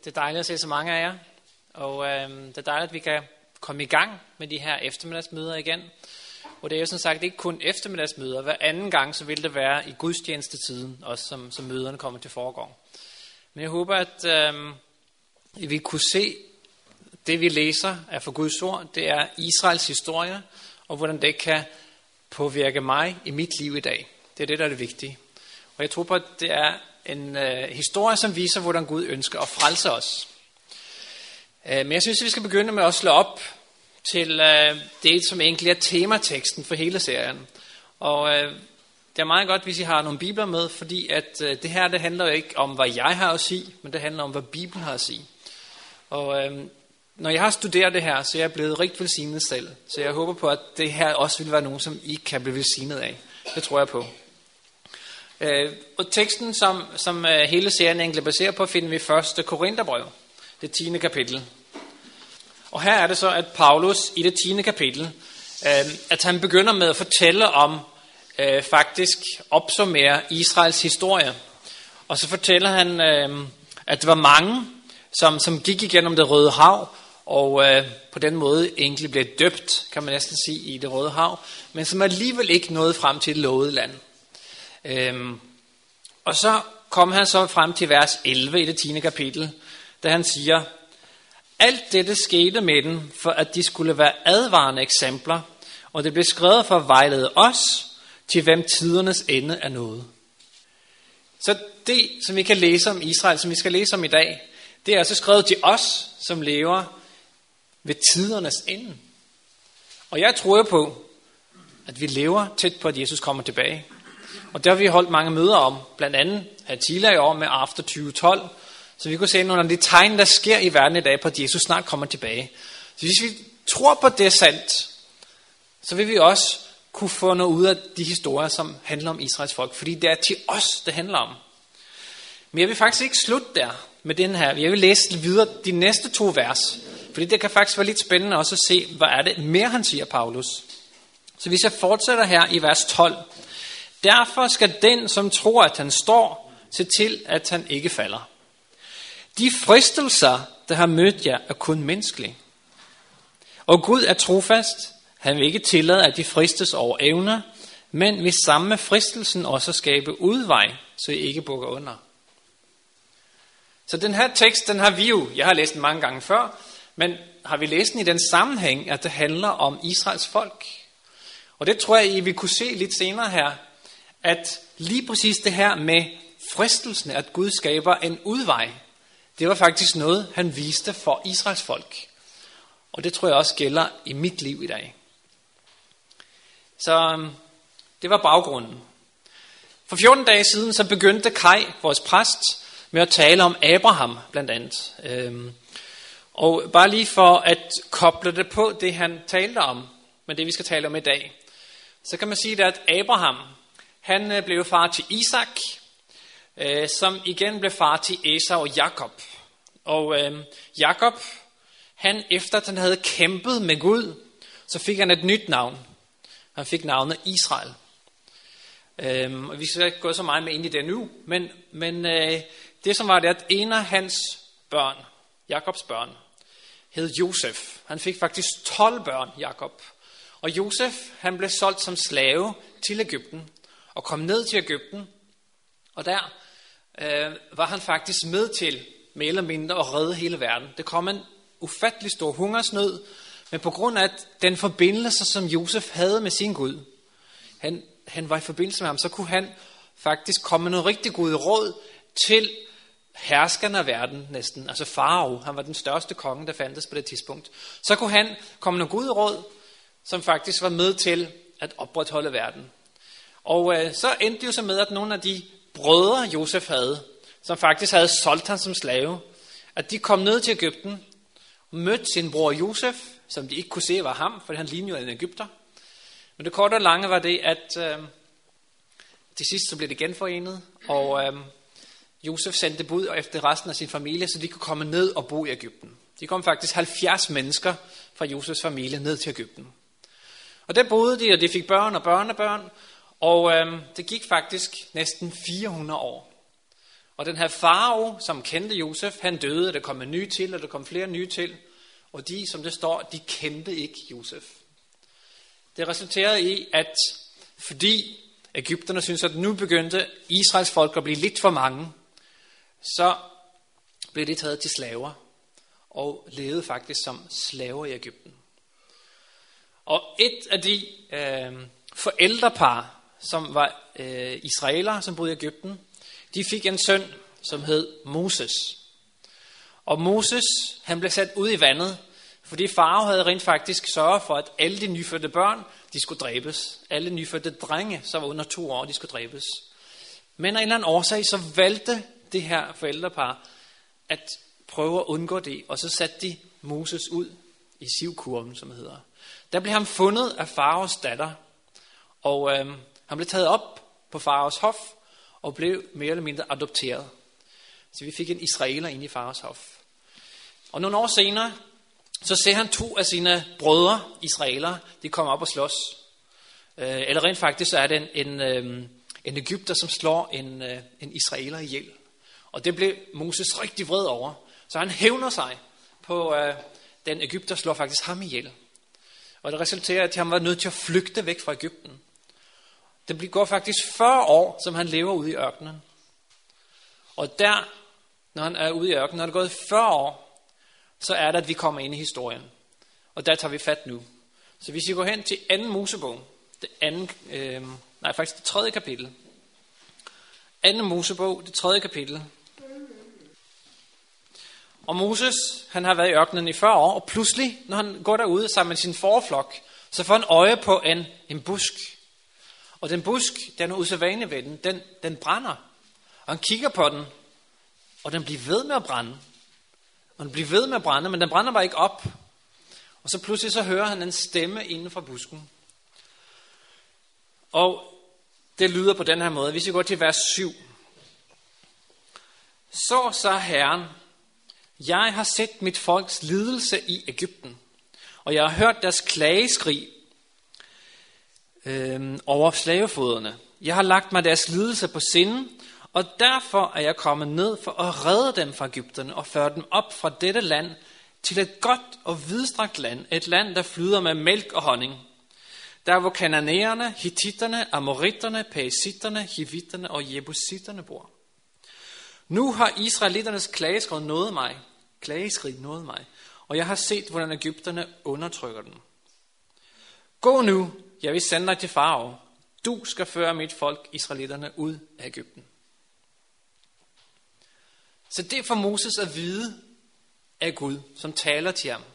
Det er dejligt at se så mange af jer, og det er dejligt, at vi kan komme i gang med de her eftermiddagsmøder igen. Og det er jo som sagt ikke kun eftermiddagsmøder. Hver anden gang så vil det være i gudstjenestetiden, også som møderne kommer til foregår. Men jeg håber, at vi kunne se, det vi læser af for Guds ord, det er Israels historie, og hvordan det kan påvirke mig i mit liv i dag. Det er det, der er det vigtige. Og jeg tror på, at det er en historie, som viser, hvordan Gud ønsker at frelse os. Men jeg synes, at vi skal begynde med at slå op til det, som egentlig er temateksten for hele serien. Og det er meget godt, hvis I har nogle bibler med, fordi at det her, det handler jo ikke om, hvad jeg har at sige, men det handler om, hvad Bibelen har at sige. Og når jeg har studeret det her, så er jeg blevet rigtig velsignet selv. Så jeg håber på, at det her også vil være nogen, som I kan blive velsignet af. Det tror jeg på. Og teksten, som hele serien egentlig baserer på, finder vi i 1. Korintherbrev, det 10. kapitel. Og her er det så, at Paulus i det 10. kapitel, at han begynder med at fortælle om, faktisk opsummere Israels historie. Og så fortæller han, at der var mange, som gik igennem det Røde Hav, og på den måde egentlig blev døbt, kan man næsten sige, i det Røde Hav, men som alligevel ikke nåede frem til det lovede land. Og så kom han så frem til vers 11 i det 10. kapitel, da han siger, alt dette skete med dem, for at de skulle være advarende eksempler, og det blev skrevet for at vejlede os, til hvem tidernes ende er nået. Så det, som vi kan læse om Israel, som vi skal læse om i dag, det er altså skrevet til os, som lever ved tidernes ende. Og jeg tror på, at vi lever tæt på, at Jesus kommer tilbage. Og der har vi holdt mange møder om, blandt andet her tidligere i år med After 2012, så vi kunne se nogle af de tegn, der sker i verden i dag, på at Jesus snart kommer tilbage. Så hvis vi tror på det er sandt, så vil vi også kunne få noget ud af de historier, som handler om Israels folk, fordi det er til os, det handler om. Men jeg vil faktisk ikke slutte der med den her. Jeg vil læse videre de næste 2 vers, fordi det kan faktisk være lidt spændende også at se, hvad er det mere, han siger, Paulus. Så hvis jeg fortsætter her i vers 12. Derfor skal den, som tror, at han står, se til, at han ikke falder. De fristelser, der har mødt jer, er kun menneskelige. Og Gud er trofast. Han vil ikke tillade, at de fristes over evner, men vil sammen med fristelsen også skabe udvej, så I ikke bukker under. Så den her tekst, den har vi jo, jeg har læst den mange gange før, men har vi læst den i den sammenhæng, at det handler om Israels folk. Og det tror jeg, I vil kunne se lidt senere her, at lige præcis det her med fristelsen, at Gud skaber en udvej, det var faktisk noget, han viste for Israels folk. Og det tror jeg også gælder i mit liv i dag. Så det var baggrunden. For 14 dage siden, så begyndte Kai, vores præst, med at tale om Abraham, blandt andet. Og bare lige for at koble det på det, han talte om, men det vi skal tale om i dag, så kan man sige, at Abraham, han blev far til Isak, som igen blev far til Esau og Jakob. Og Jakob, han efter at han havde kæmpet med Gud, så fik han et nyt navn. Han fik navnet Israel. Og vi skal ikke gå så meget med ind i det nu, men det som var det, at en af hans børn, Jakobs børn, hed Josef. Han fik faktisk 12 børn, Jakob. Og Josef, han blev solgt som slave til Egypten, og kom ned til Egypten, og der var han faktisk med til, mere eller mindre, at redde hele verden. Det kom en ufattelig stor hungersnød, men på grund af den forbindelse, som Josef havde med sin Gud, han var i forbindelse med ham, så kunne han faktisk komme med noget rigtig gode råd til herskerne af verden næsten. Altså Farao, han var den største konge, der fandtes på det tidspunkt. Så kunne han komme med gode råd, som faktisk var med til at opretholde verden. Og så endte det jo så med, at nogle af de brødre, Josef havde, som faktisk havde solgt ham som slave, at de kom ned til Egypten og mødte sin bror Josef, som de ikke kunne se var ham, for han lignede jo en egypter. Men det korte og lange var det, at til sidst så blev det genforenet, og Josef sendte bud efter resten af sin familie, så de kunne komme ned og bo i Egypten. De kom faktisk 70 mennesker fra Josefs familie ned til Egypten. Og der boede de, og de fik børn og børnebørn, og det gik faktisk næsten 400 år. Og den her farao, som kendte Josef, han døde, der kom en ny til, og der kom flere nye til. Og de, som det står, de kendte ikke Josef. Det resulterede i, at fordi Egypterne syntes, at nu begyndte Israels folk at blive lidt for mange, så blev de taget til slaver og levede faktisk som slaver i Egypten. Og et af de forældrepar, som var israelere, som boede i Egypten, de fik en søn, som hed Moses. Og Moses, han blev sat ud i vandet, fordi farao havde rent faktisk sørget for, at alle de nyfødte børn, de skulle dræbes. Alle nyfødte drenge, som var under 2 år, de skulle dræbes. Men af en eller anden årsag, så valgte det her forældrepar at prøve at undgå det, og så satte de Moses ud i Sivkurven, som det hedder. Der blev han fundet af faraos datter, og han blev taget op på faraos hof, og blev mere eller mindre adopteret. Så vi fik en israeler ind i faraos hof. Og nogle år senere, så ser han 2 af sine brødre, israelere, de kommer op og slås. Eller rent faktisk så er det en egypter, som slår en israeler ihjel. Og det blev Moses rigtig vred over. Så han hævner sig på den egypter, slår faktisk ham ihjel. Og det resulterer, at han var nødt til at flygte væk fra Egypten. Det går faktisk 40 år, som han lever ude i ørkenen. Og der, når han er ude i ørkenen, når det er gået 40 år, så er det, at vi kommer ind i historien. Og der tager vi fat nu. Så hvis vi går hen til 2. Mosebog, det 3. kapitel. 2. Mosebog, det 3. kapitel. Og Moses, han har været i ørkenen i 40 år, og pludselig, når han går derude sammen med sin forflok, så får han øje på en busk. Og den busk, den er usædvanlig ved den brænder. Og han kigger på den, og den bliver ved med at brænde. Og den bliver ved med at brænde, men den brænder bare ikke op. Og så pludselig så hører han en stemme inden fra busken. Og det lyder på den her måde. Hvis vi går til vers 7. Så sagde Herren, jeg har set mit folks lidelse i Egypten, og jeg har hørt deres klageskrig over slavefoderne. Jeg har lagt mig deres lidelse på sinde, og derfor er jeg kommet ned for at redde dem fra Egypterne og føre dem op fra dette land til et godt og vidstrakt land, et land, der flyder med mælk og honning. Der hvor kananæerne, hittitterne, amoritterne, perisitterne, hivitterne og jebusitterne bor. Nu har israelitternes klageskrig nået mig, og jeg har set, hvordan egypterne undertrykker dem. Gå nu, jeg vil sende dig til farao. Du skal føre mit folk, israelitterne, ud af Egypten. Så det får Moses at vide af Gud, som taler til ham.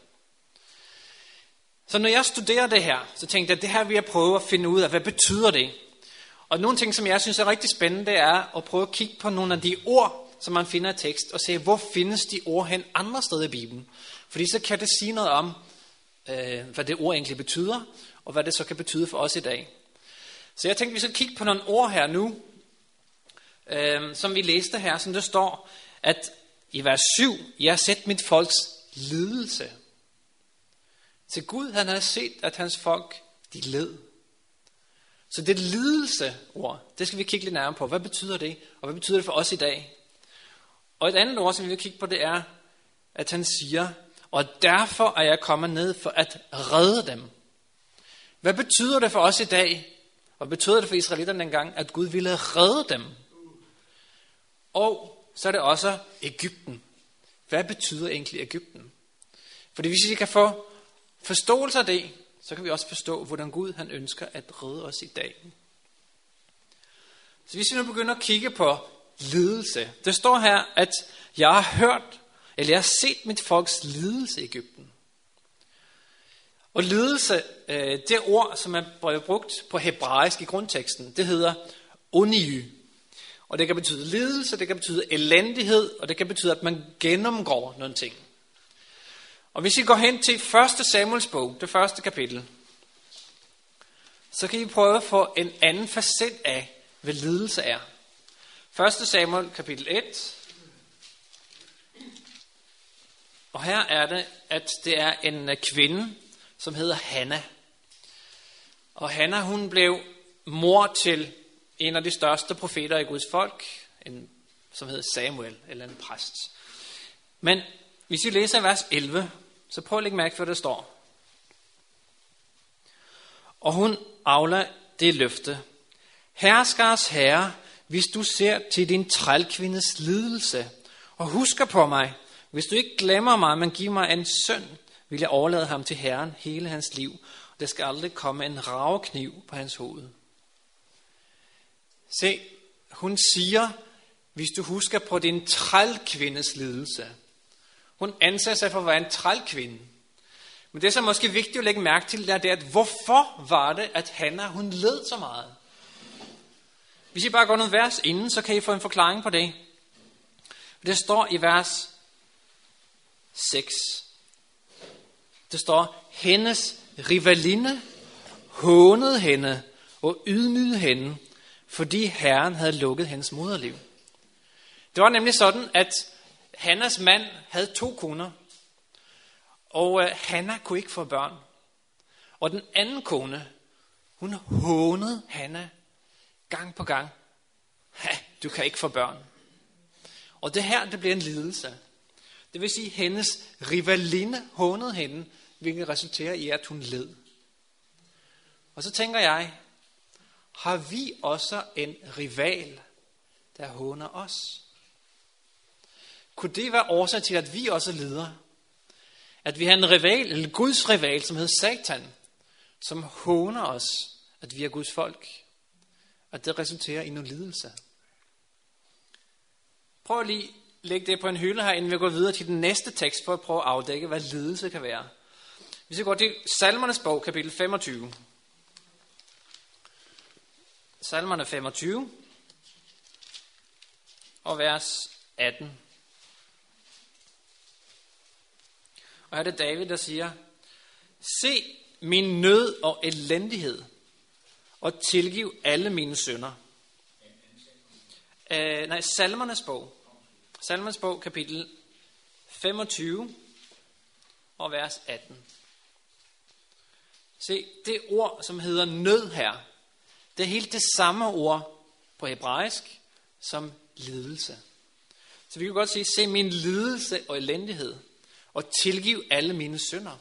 Så når jeg studerer det her, så tænkte jeg, at det her vil jeg prøve at finde ud af, hvad betyder det? Og nogle ting, som jeg synes er rigtig spændende, det er at prøve at kigge på nogle af de ord, som man finder i tekst, og se, hvor findes de ord hen andre steder i Bibelen. Fordi så kan det sige noget om, hvad det ord egentlig betyder, og hvad det så kan betyde for os i dag. Så jeg tænkte, vi skal kigge på nogle ord her nu, som vi læste her, som der står, at i vers 7, jeg har set mit folks lidelse. Så Gud, han har set, at hans folk, de led. Så det lidelse-ord, det skal vi kigge lidt nærmere på. Hvad betyder det, og hvad betyder det for os i dag? Og et andet ord, som vi vil kigge på, det er, at han siger, og derfor er jeg kommet ned for at redde dem. Hvad betyder det for os i dag? Hvad betyder det for israelitterne dengang, at Gud ville redde dem? Og så er det også Egypten. Hvad betyder egentlig Egypten? Fordi hvis vi kan få forståelse af det, så kan vi også forstå, hvordan Gud han ønsker at redde os i dag. Så hvis vi nu begynder at kigge på lidelse. Det står her, at jeg har set mit folks lidelse i Egypten. Og lidelse, det ord, som er brugt på hebraisk i grundteksten, det hedder oniy. Og det kan betyde lidelse, det kan betyde elendighed, og det kan betyde, at man gennemgår nogle ting. Og hvis vi går hen til 1. Samuels bog, det 1. kapitel, så kan I prøve at få en anden facet af, hvad lidelse er. 1. Samuel kapitel 1. Og her er det, at det er en kvinde, som hedder Hanna. Og Hanna, hun blev mor til en af de største profeter i Guds folk, en som hed Samuel, eller en præst. Men hvis vi læser vers 11, så prøv at lægge mærke til, hvad der står. Og hun aflagde det løfte: Herskers herre, hvis du ser til din trælkvindes lidelse, og husker på mig, hvis du ikke glemmer mig, men giver mig en søn, vil jeg overlade ham til Herren hele hans liv, og der skal aldrig komme en ravekniv på hans hoved. Se, hun siger, hvis du husker på din trælkvindes lidelse. Hun anser sig for at være en trælkvinde. Men det, som er måske vigtigt at lægge mærke til, det er, at hvorfor var det, at Hanna, hun led så meget? Hvis I bare går nogle vers inden, så kan I få en forklaring på det. Det står i vers 6. Det står, hendes rivaline hånede hende og ydmygede hende, fordi Herren havde lukket hendes moderliv. Det var nemlig sådan, at Hannas mand havde 2 koner, og Hanna kunne ikke få børn. Og den anden kone, hun hånede Hanna gang på gang. Du kan ikke få børn. Og det her, det bliver en lidelse. Det vil sige, at hendes rivaline hånede hende, hvilket resulterer i, at hun led. Og så tænker jeg, har vi også en rival, der håner os? Kunne det være årsag til, at vi også lider? At vi har en rival, eller Guds rival, som hedder Satan, som håner os, at vi er Guds folk. Og det resulterer i nogle lidelser. Prøv lige at lægge det på en hylde her, inden vi går videre til den næste tekst, for at prøve at afdække, hvad lidelse kan være. Hvis vi går til Salmernes bog, kapitel 25. Salmerne 25 og vers 18. Og her er det David, der siger: Se min nød og elendighed, og tilgiv alle mine synder. Salmernes bog. Salmernes bog, kapitel 25 og vers 18. Se, det ord, som hedder nød her, det er helt det samme ord på hebraisk som lidelse. Så vi kan godt sige, se min lidelse og elendighed, og tilgiv alle mine synder.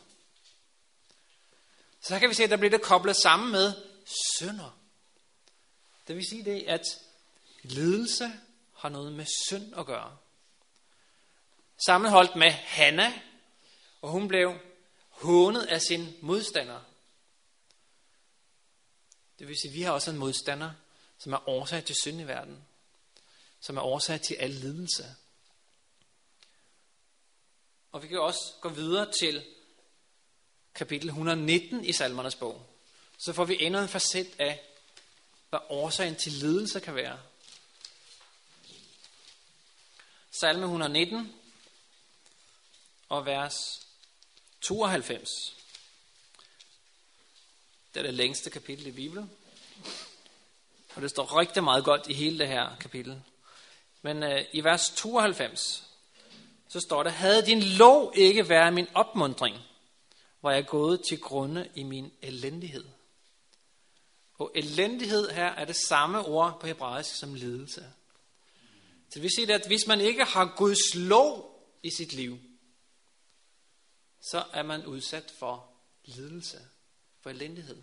Så kan vi se, at der bliver det koblet sammen med synder. Det vil sige det, at lidelse har noget med synd at gøre. Sammenholdt med Hanna, og hun blev hånet af sin modstander. Det vil sige, at vi har også en modstander, som er årsag til synd i verden. Som er årsag til al lidelse. Og vi kan også gå videre til kapitel 119 i Salmernes bog. Så får vi endnu en facet af, hvad årsagen til lidelse kan være. Salme 119 og vers 92. Det er det længste kapitel i Bibelen. Og det står rigtig meget godt i hele det her kapitel. Men i vers 92, så står der: Havde din lov ikke været min opmuntring, var jeg gået til grunde i min elendighed. Og elendighed her er det samme ord på hebraisk som lidelse. Så det vil sige, at hvis man ikke har Guds lov i sit liv, så er man udsat for lidelse, for elendighed.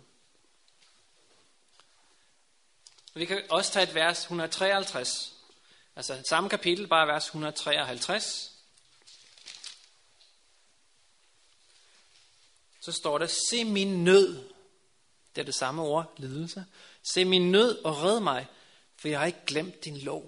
Vi kan også tage et vers 153, altså samme kapitel, bare vers 153. Så står der: Se min nød. Det er det samme ord, lidelse. Se min nød og red mig, for jeg har ikke glemt din lov.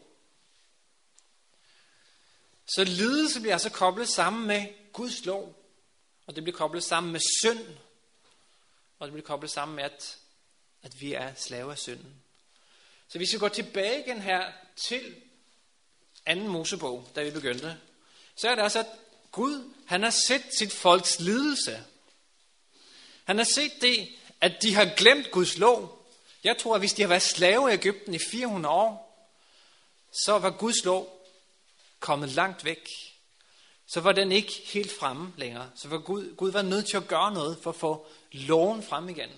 Så lidelse bliver altså koblet sammen med Guds lov. Og det bliver koblet sammen med synd. Og det bliver koblet sammen med, at vi er slaver af synden. Så hvis vi går tilbage igen her til 2. Mosebog, da vi begyndte, så er det altså, at Gud, han har set sit folks lidelse. Han har set det, at de har glemt Guds lov. Jeg tror, at hvis de har været slave i Egypten i 400 år, så var Guds lov kommet langt væk. Så var den ikke helt fremme længere. Så var Gud var nødt til at gøre noget for at få loven frem igen.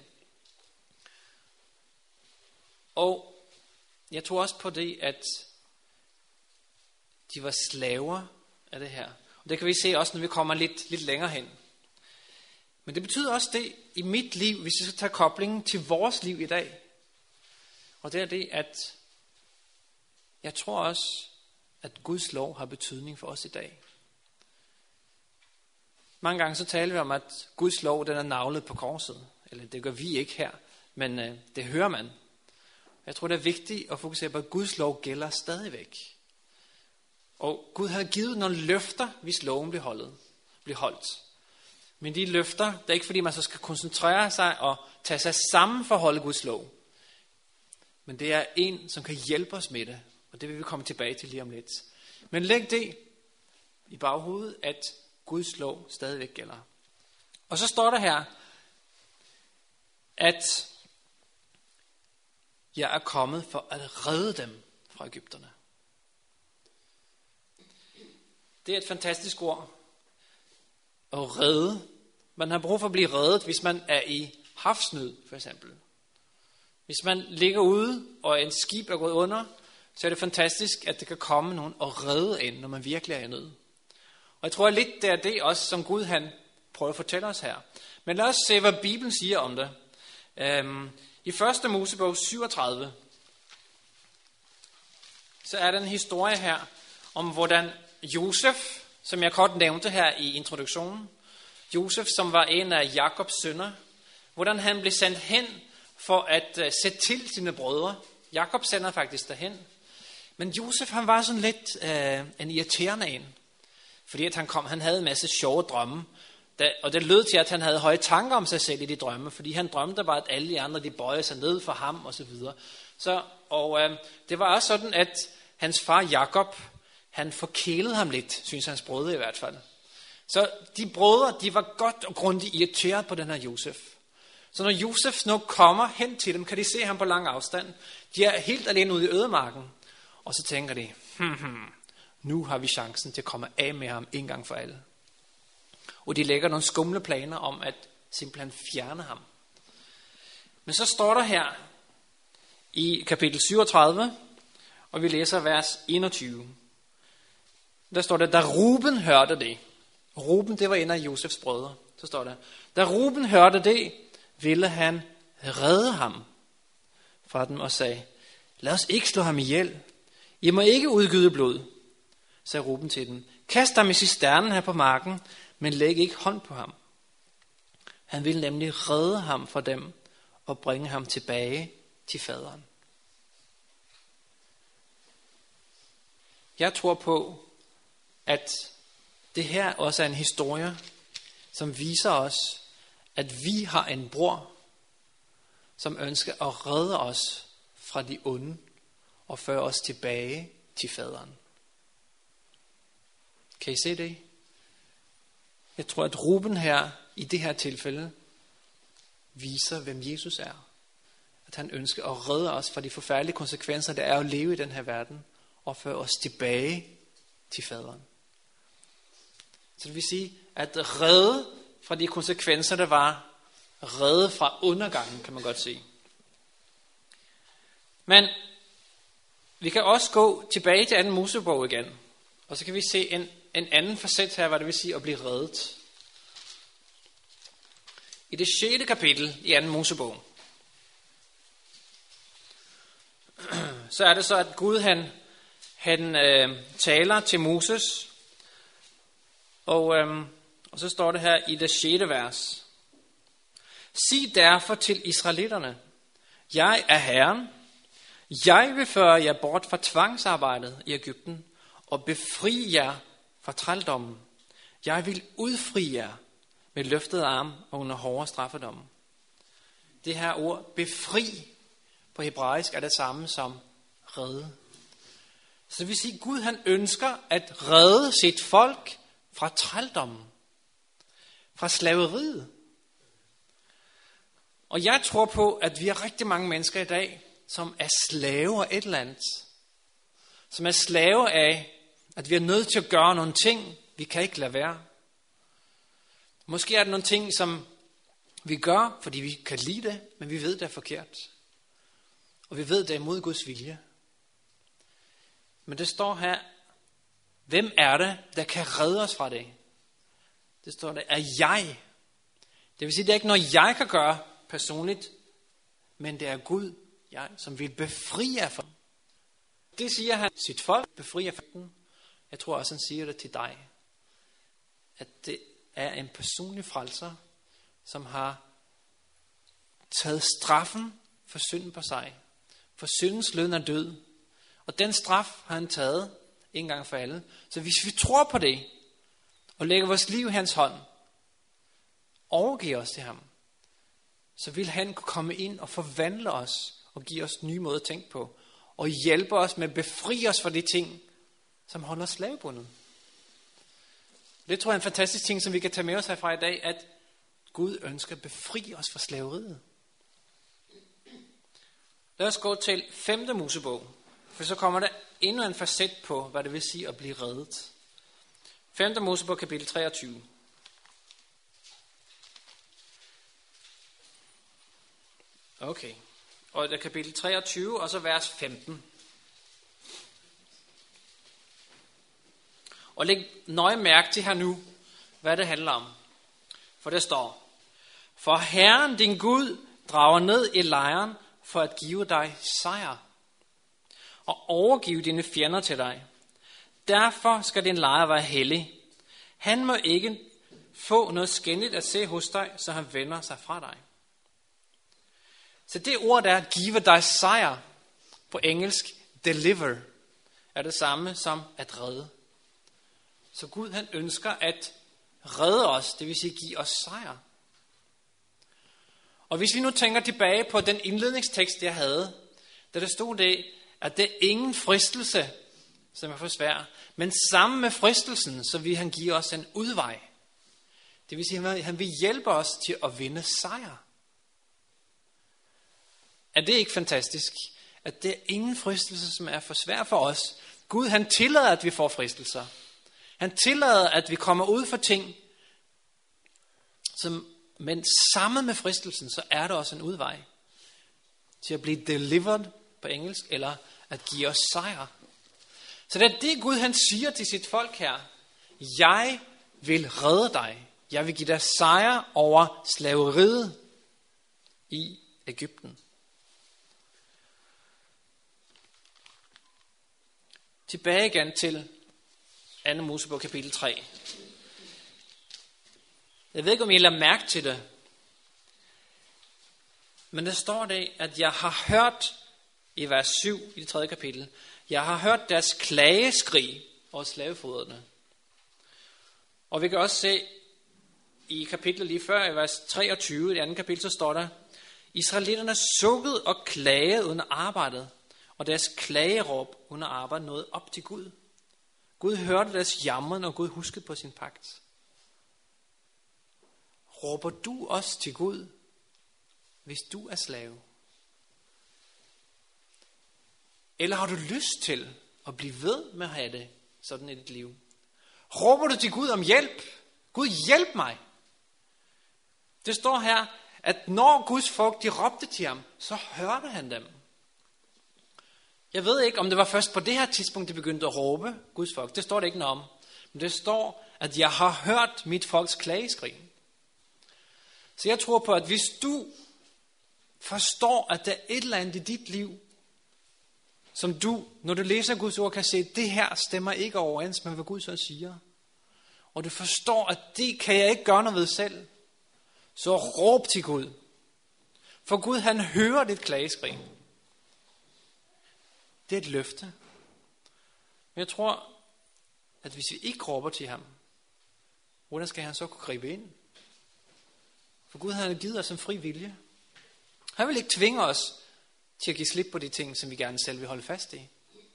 Og jeg tror også på det, at De var slaver af det her. Og det kan vi se også, når vi kommer lidt længere hen. Men det betyder også det i mit liv, hvis vi skal tage koblingen til vores liv i dag. Og det er det, at jeg tror også, at Guds lov har betydning for os i dag. Mange gange så taler vi om, at Guds lov den er naglet på korset. Eller det gør vi ikke her, men det hører man. Jeg tror, det er vigtigt at fokusere på, at Guds lov gælder stadigvæk. Og Gud har givet nogle løfter, hvis loven bliver holdt. Men de løfter, det er ikke fordi, man så skal koncentrere sig og tage sig sammen for at holde Guds lov. Men det er en, som kan hjælpe os med det. Og det vil vi komme tilbage til lige om lidt. Men læg det i baghovedet, at Guds lov stadigvæk gælder. Og så står der her, at jeg er kommet for at redde dem fra Egypterne. Det er et fantastisk ord. At redde. Man har brug for at blive reddet, hvis man er i havsnød, for eksempel. Hvis man ligger ude, og en skib er gået under, så er det fantastisk, at det kan komme nogen og redde en, når man virkelig er i nød. Og jeg tror lidt, det er det også, som Gud han prøver at fortælle os her. Men lad os se, hvad Bibelen siger om det. I 1. Mosebog 37, så er der en historie her, om hvordan Josef, som jeg kort nævnte her i introduktionen, Josef, som var en af Jakobs sønner, hvordan han blev sendt hen for at se til sine brødre. Jakob sender faktisk derhen. Men Josef, han var sådan lidt en irriterende en. Fordi at han havde en masse sjove drømme. Og det lød til, at han havde høje tanker om sig selv i de drømme. Fordi han drømte bare, at alle de andre, de bøjede sig ned for ham og så videre. Det var også sådan, at hans far Jakob, han forkælede ham lidt, synes hans brødre i hvert fald. Så de brødre, de var godt og grundigt irriteret på den her Josef. Så når Josef nu kommer hen til dem, kan de se ham på lang afstand. De er helt alene ude i ødemarken. Og så tænker de, nu har vi chancen til at komme af med ham en gang for alle. Og de lægger nogle skumle planer om at simpelthen fjerne ham. Men så står der her i kapitel 37, og vi læser vers 21. Der står der, da Ruben hørte det. Ruben, det var en af Josefs brødre. Så står der, da Ruben hørte det, ville han redde ham fra dem og sagde, lad os ikke slå ham ihjel. I må ikke udgyde blod, sagde Ruben til dem. Kast ham i cisternen her på marken, men læg ikke hånd på ham. Han ville nemlig redde ham fra dem og bringe ham tilbage til faderen. Jeg tror på, at det her også er en historie, som viser os, at vi har en bror, som ønsker at redde os fra de onde og føre os tilbage til faderen. Kan I se det? Jeg tror, at Ruben her i det her tilfælde viser, hvem Jesus er. At han ønsker at redde os fra de forfærdelige konsekvenser, der er at leve i den her verden, og føre os tilbage til faderen. Så det vil sige, at redde fra de konsekvenser, der var, redde fra undergangen, kan man godt sige. Men vi kan også gå tilbage til 2. Mosebog igen, og så kan vi se en anden facet her, hvad det vil sige at blive reddet. I det 6. kapitel i 2. Mosebog, så er det så, at Gud han taler til Moses, og så står det her i det 6. vers. Sig derfor til israelitterne, jeg er Herren, jeg vil føre jer bort fra tvangsarbejdet i Egypten, og befri jer fra trældommen. Jeg vil udfri jer med løftet arm og under hårde straffedom. Det her ord, befri, på hebraisk er det samme som redde. Så det vil sige, at Gud han ønsker at redde sit folk fra trældommen, fra slaveriet. Og jeg tror på, at vi har rigtig mange mennesker i dag, som er slaver af et eller andet. Som er slaver af, at vi er nødt til at gøre nogle ting, vi kan ikke lade være. Måske er det nogle ting, som vi gør, fordi vi kan lide det, men vi ved, det er forkert. Og vi ved, det er imod Guds vilje. Men det står her, Hvem er det, der kan redde os fra det? Det står der, er jeg. Det vil sige, det er ikke noget, jeg kan gøre personligt, men det er Gud, som vil befri jer fra. Det siger han sit folk, befri jer fra den. Jeg tror også, han siger det til dig. At det er en personlig frelser, som har taget straffen for synden på sig. For syndens løn er død. Og den straf har han taget en gang for alle. Så hvis vi tror på det, og lægger vores liv i hans hånd, overgiver os til ham, så vil han kunne komme ind og forvandle os, og give os nye måder at tænke på, og hjælpe os med at befri os fra de ting, som holder os slavebundet. Det tror jeg er en fantastisk ting, som vi kan tage med os herfra i dag, at Gud ønsker at befri os fra slaveriet. Lad os gå til 5. Mosebog, for så kommer der endnu en facet på, hvad det vil sige at blive reddet. 5. Mosebog, kapitel 23. Okay. Og det er kapitel 23, og så vers 15. Og læg nøje mærke til her nu, hvad det handler om. For det står, for Herren din Gud drager ned i lejren for at give dig sejr og overgive dine fjender til dig. Derfor skal din lejr være hellig. Han må ikke få noget skændigt at se hos dig, så han vender sig fra dig. Så det ord, der er at give dig sejr, på engelsk deliver, er det samme som at redde. Så Gud han ønsker at redde os, det vil sige give os sejr. Og hvis vi nu tænker tilbage på den indledningstekst, jeg havde, da der stod det, at det er ingen fristelse, som er for svær, men sammen med fristelsen, så vil han give os en udvej. Det vil sige, at han vil hjælpe os til at vinde sejr. Er det ikke fantastisk, at det er ingen fristelse, som er for svær for os? Gud han tillader, at vi får fristelser. Han tillader, at vi kommer ud for ting, men sammen med fristelsen, så er der også en udvej til at blive delivered på engelsk, eller at give os sejr. Så det er det Gud han siger til sit folk her. Jeg vil redde dig. Jeg vil give dig sejr over slaveriet i Egypten. Tilbage igen til 2. Mosebog kapitel 3. Jeg ved ikke, om I lader mærke til det. Men der står det, at jeg har hørt i vers 7 i det 3. kapitel. Jeg har hørt deres klageskrig over slavefodrene. Og vi kan også se i kapitlet lige før, i vers 23 i det 2. kapitel, så står der, Israelitterne sukkede og klagede under arbejdet, og deres klageråb under arbejdet nåede op til Gud. Gud hørte deres jammer, og Gud huskede på sin pagt. Råber du også til Gud, hvis du er slave? Eller har du lyst til at blive ved med at have det sådan i dit liv? Råber du til Gud om hjælp? Gud, hjælp mig! Det står her, at når Guds folk de råbte til ham, så hørte han dem. Jeg ved ikke, om det var først på det her tidspunkt, de begyndte at råbe Guds folk. Det står det ikke noget om. Men det står, at jeg har hørt mit folks klageskrig. Så jeg tror på, at hvis du forstår, at der er et eller andet i dit liv, som du, når du læser Guds ord, kan se, at det her stemmer ikke overens med, hvad Gud så siger. Og du forstår, at det kan jeg ikke gøre noget ved selv. Så råb til Gud. For Gud, han hører dit klageskrig. Det er et løfte. Men jeg tror, at hvis vi ikke råber til ham, hvordan skal han så kunne gribe ind? For Gud har givet os en fri vilje. Han vil ikke tvinge os til at give slip på de ting, som vi gerne selv vil holde fast i.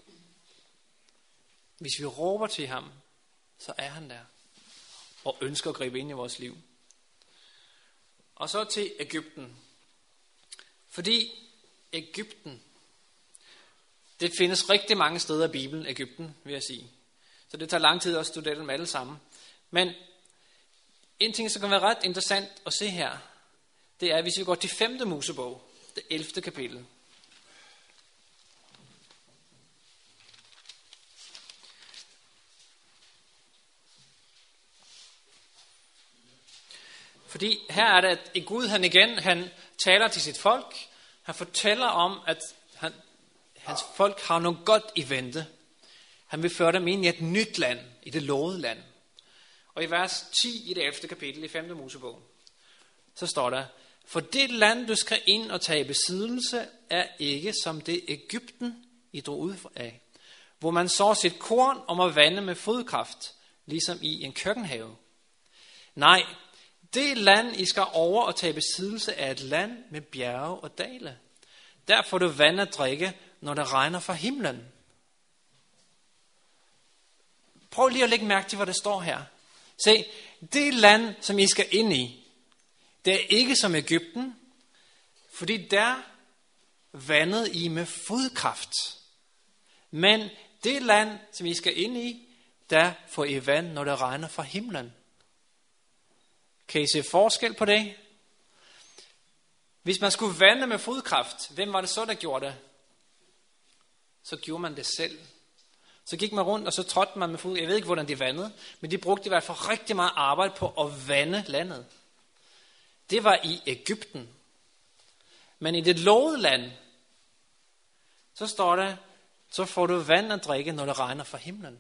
Hvis vi råber til ham, så er han der og ønsker at gribe ind i vores liv. Og så til Egypten. Fordi Egypten, det findes rigtig mange steder i Bibelen, Egypten, vil jeg sige. Så det tager lang tid at studere dem alle sammen. Men en ting, som kan være ret interessant at se her, det er, hvis vi går til 5. Mosebog, det 11. kapitel. Fordi her er det, at Gud han taler til sit folk. Han fortæller om, at hans folk har noget godt i vente. Han vil føre dem ind i et nyt land, i det lovede land. Og i vers 10 i det 11. kapitel i 5. Mosebog, så står der: For det land, du skal ind og tage i besiddelse, er ikke som det Egypten, I drog ud af, hvor man så sit korn og må vande med fodkraft, ligesom i en køkkenhave. Nej, det land, I skal over og tage besiddelse, er et land med bjerge og dale. Der får du vand at drikke, når det regner fra himlen. Prøv lige at lægge mærke til, hvad der står her. Se, det land, som I skal ind i, det er ikke som Egypten, fordi der vandede I med fodkraft. Men det land, som I skal ind i, der får I vand, når det regner fra himlen. Kan I se forskel på det? Hvis man skulle vande med fodkraft, hvem var det så, der gjorde det? Så gjorde man det selv. Så gik man rundt, og så trådte man med fod. Jeg ved ikke, hvordan de vandede, men de brugte i hvert fald rigtig meget arbejde på at vande landet. Det var i Egypten. Men i det lovede land, så står der, så får du vand at drikke, når det regner fra himlen.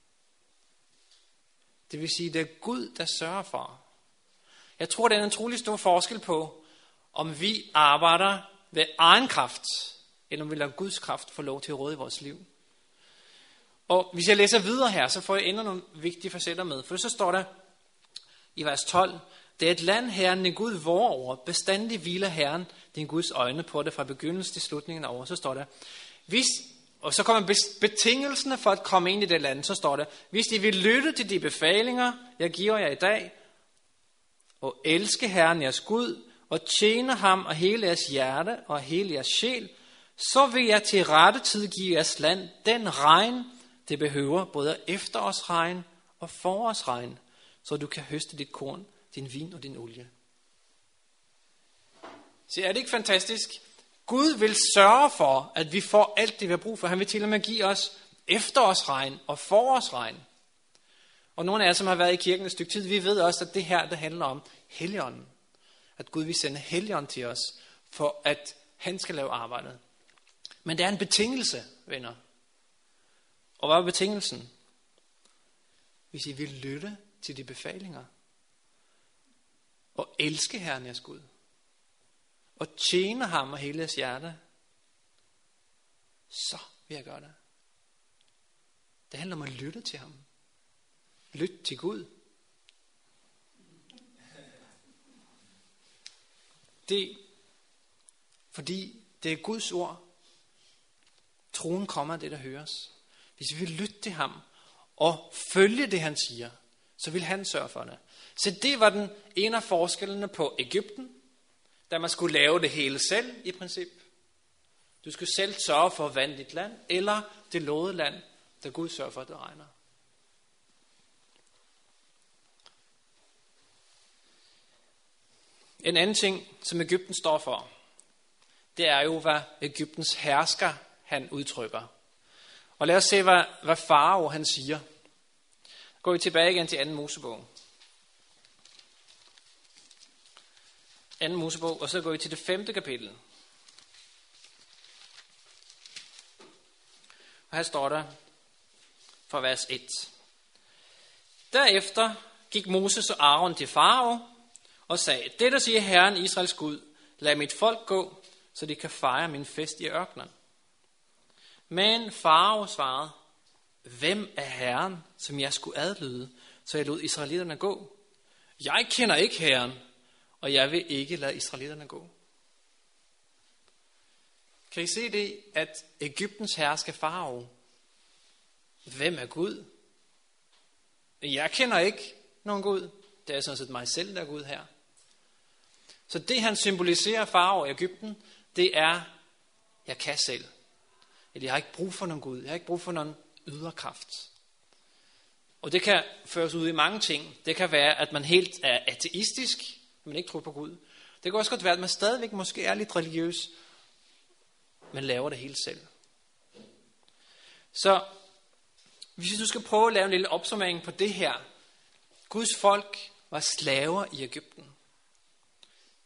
Det vil sige, det er Gud, der sørger for. Jeg tror, det er en utrolig stor forskel på, om vi arbejder ved egen kraft, eller om vi lader Guds kraft få lov til at råde i vores liv. Og hvis jeg læser videre her, så får jeg endnu nogle vigtige facetter med. For så står der i vers 12, det er et land, Herren din Gud vor over, bestandig hviler Herren din Guds øjne på det fra begyndelsen til slutningen over. Så står der, og så kommer betingelserne for at komme ind i det land, så står der, hvis I vil lytte til de befalinger, jeg giver jer i dag, og elske Herren jeres Gud, og tjene ham og hele jeres hjerte og hele jeres sjæl, så vil jeg til rette tid give jeres land den regn, det behøver, både efterårsregn og forårsregn, så du kan høste dit korn, din vin og din olie. Så er det ikke fantastisk? Gud vil sørge for, at vi får alt det, vi har brug for. Han vil til og med give os efterårsregn og forårsregn. Og nogle af jer, som har været i kirken et stykke tid, vi ved også, at det her, det handler om Helligånden. At Gud vil sende Helligånden til os, for at han skal lave arbejdet. Men det er en betingelse, venner. Og hvad er betingelsen? Hvis I vil lytte til de befalinger, og elske Herren jeres Gud, og tjene ham og hele jeres hjerte, så vil jeg gøre det. Det handler om at lytte til ham. Lyt til Gud. Fordi det er Guds ord. Troen kommer af det, der høres. Hvis vi vil lytte til ham og følge det, han siger, så vil han sørge for det. Så det var den ene af forskellene på Egypten, da man skulle lave det hele selv i princip. Du skulle selv sørge for at vande dit land, eller det lovede land, der Gud sørger for, at det regner. En anden ting, som Egypten står for, det er jo, hvad Egyptens hersker, han udtrykker. Og lad os se, hvad farao han siger. Går vi tilbage igen til 2. Mosebog. 2. Mosebog, og så går vi til det 5. kapitel. Og her står der fra vers 1. Derefter gik Moses og Aaron til farao og sagde, det der siger Herren Israels Gud, lad mit folk gå, så de kan fejre min fest i ørkenen. Men farao svarede, hvem er Herren, som jeg skulle adlyde, så jeg lod israelitterne gå? Jeg kender ikke Herren, og jeg vil ikke lade israelitterne gå. Kan I se det, at Egyptens hersker farao? Hvem er Gud? Jeg kender ikke nogen Gud. Det er sådan set mig selv, der er Gud her. Så det han symboliserer farao i Egypten, det er, jeg kan selv. Jeg har ikke brug for nogen Gud. Jeg har ikke brug for nogen ydre kraft. Og det kan føres ud i mange ting. Det kan være, at man helt er ateistisk, at man ikke tror på Gud. Det kan også godt være, at man stadigvæk måske er lidt religiøs, men laver det hele selv. Så hvis du skal prøve at lave en lille opsummering på det her. Guds folk var slaver i Egypten.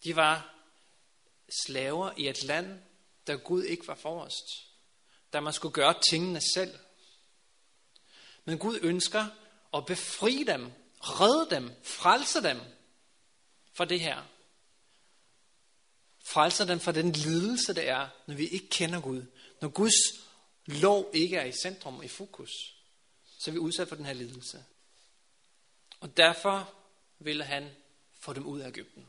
De var slaver i et land, der Gud ikke var forrest. Der man skulle gøre tingene selv. Men Gud ønsker at befri dem, redde dem, frelse dem fra det her. Frelse dem fra den lidelse, det er, når vi ikke kender Gud. Når Guds lov ikke er i centrum og i fokus, så er vi udsat for den her lidelse. Og derfor ville han få dem ud af Egypten.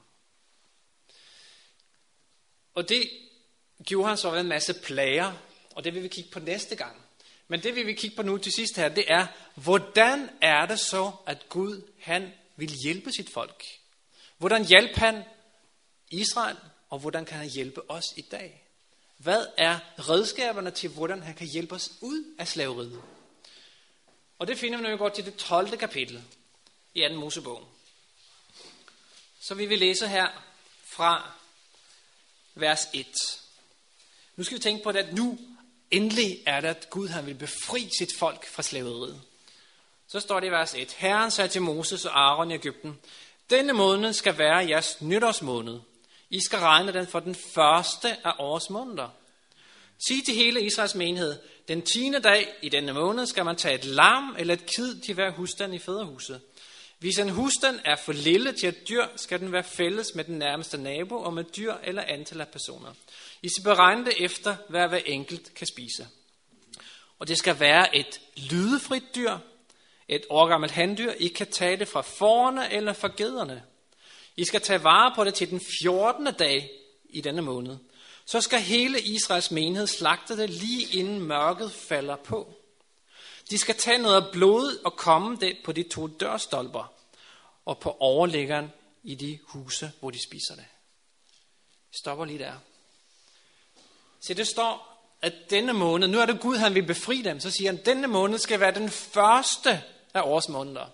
Og det gjorde han så ved en masse plager, og det vil vi kigge på næste gang. Men det vi vil kigge på nu til sidst her, det er, hvordan er det så, at Gud, han vil hjælpe sit folk? Hvordan hjælper han Israel, og hvordan kan han hjælpe os i dag? Hvad er redskaberne til, hvordan han kan hjælpe os ud af slaveriet? Og det finder vi, når vi går til det 12. kapitel i 2. Mosebog. Så vi vil læse her fra vers 1. Nu skal vi tænke på det, at nu endelig er det, at Gud han vil befri sit folk fra slaveriet. Så står det i vers 1. Herren sagde til Moses og Aaron i Egypten: denne måned skal være jeres nytårsmåned. I skal regne den for den første af årets måneder. Sig til hele Israels menighed: den 10. dag i denne måned skal man tage et lam eller et kid til hver husstand i fædrehuset. Hvis en husstand er for lille til et dyr, skal den være fælles med den nærmeste nabo og med dyr eller antal af personer. I skal beregne det efter, hvad hver enkelt kan spise. Og det skal være et lydefrit dyr, et årgammelt handyr. I kan tage det fra fårene eller fra gederne. I skal tage vare på det til den 14. dag i denne måned. Så skal hele Israels menighed slagte det lige inden mørket falder på. De skal tage noget af blod og komme det på de 2 dørstolper og på overliggeren i de huse, hvor de spiser det. Jeg stopper lige der. Så det står, at denne måned, nu er det Gud, han vil befri dem, så siger han, at denne måned skal være den første af årets måneder.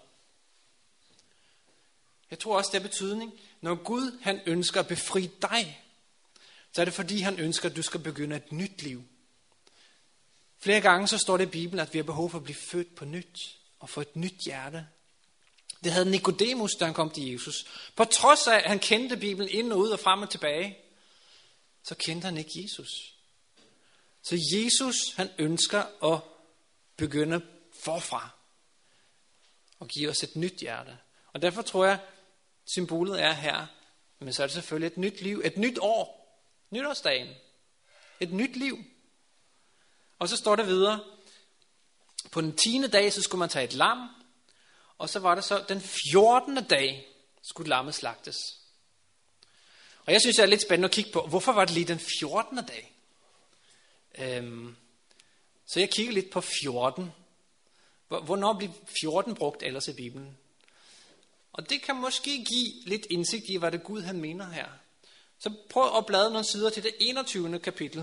Jeg tror også, det er betydning, når Gud, han ønsker at befri dig, så er det fordi, han ønsker, at du skal begynde et nyt liv. Flere gange så står det i Bibelen, at vi har behov for at blive født på nyt og få et nyt hjerte. Det havde Nikodemus, da han kom til Jesus. På trods af, at han kendte Bibelen ind og ud og frem og tilbage, så kendte han ikke Jesus. Så Jesus, han ønsker at begynde forfra og give os et nyt hjerte. Og derfor tror jeg, symbolet er her, men så er det selvfølgelig et nyt liv, et nyt år, nytårsdagen, et nyt liv. Og så står der videre, på den 10. dag, så skulle man tage et lam, og så var det så, den 14. dag, skulle lammet slagtes. Og jeg synes, det er lidt spændende at kigge på, hvorfor var det lige den 14. dag? Så jeg kigger lidt på 14. Hvornår bliver 14 brugt ellers i Bibelen? Og det kan måske give lidt indsigt i, hvad det Gud han mener her. Så prøv at bladre nogle sider til det 21. kapitel.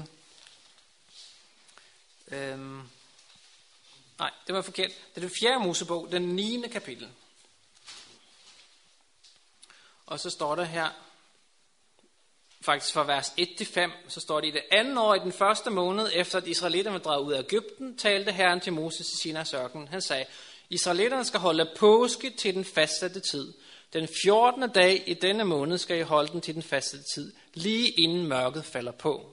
Nej, det var forkert. Det er det 4. Mosebog, den 9. kapitel. Og så står der her, faktisk fra vers 1-5, så står det i det 2. år i den 1. måned, efter at israelitterne var draget ud af Egypten, talte Herren til Moses i Sinais ørken. Han sagde, israelitterne skal holde påske til den fastsatte tid. Den 14. dag i denne måned skal I holde den til den fastsatte tid, lige inden mørket falder på.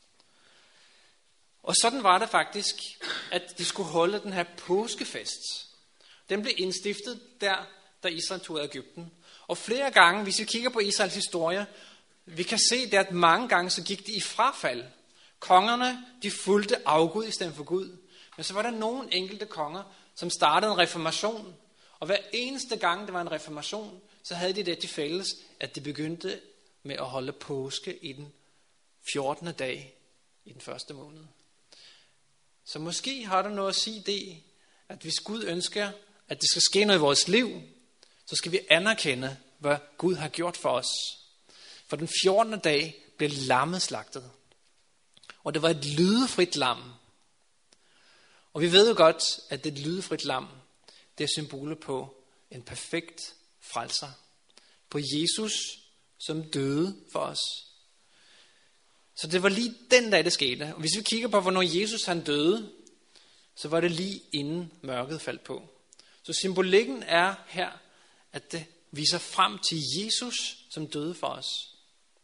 Og sådan var det faktisk, at de skulle holde den her påskefest. Den blev indstiftet der, da Israel tog af Egypten. Og flere gange, hvis vi kigger på Israels historie, vi kan se det, at mange gange så gik de i frafald. Kongerne, de fulgte afgud i stedet for Gud. Men så var der nogle enkelte konger, som startede en reformation. Og hver eneste gang, der var en reformation, så havde de det til fælles, at de begyndte med at holde påske i den 14. dag i den første måned. Så måske har du noget at sige det, at hvis Gud ønsker, at det skal ske noget i vores liv, så skal vi anerkende, hvad Gud har gjort for os. For den 14. dag blev lammet slagtet. Og det var et lydefrit lam. Og vi ved jo godt, at det lydefrit lam, det er symbolet på en perfekt frelser. På Jesus, som døde for os. Så det var lige den dag, det skete. Og hvis vi kigger på, hvornår Jesus han døde, så var det lige inden mørket faldt på. Så symbolikken er her, at det viser frem til Jesus, som døde for os.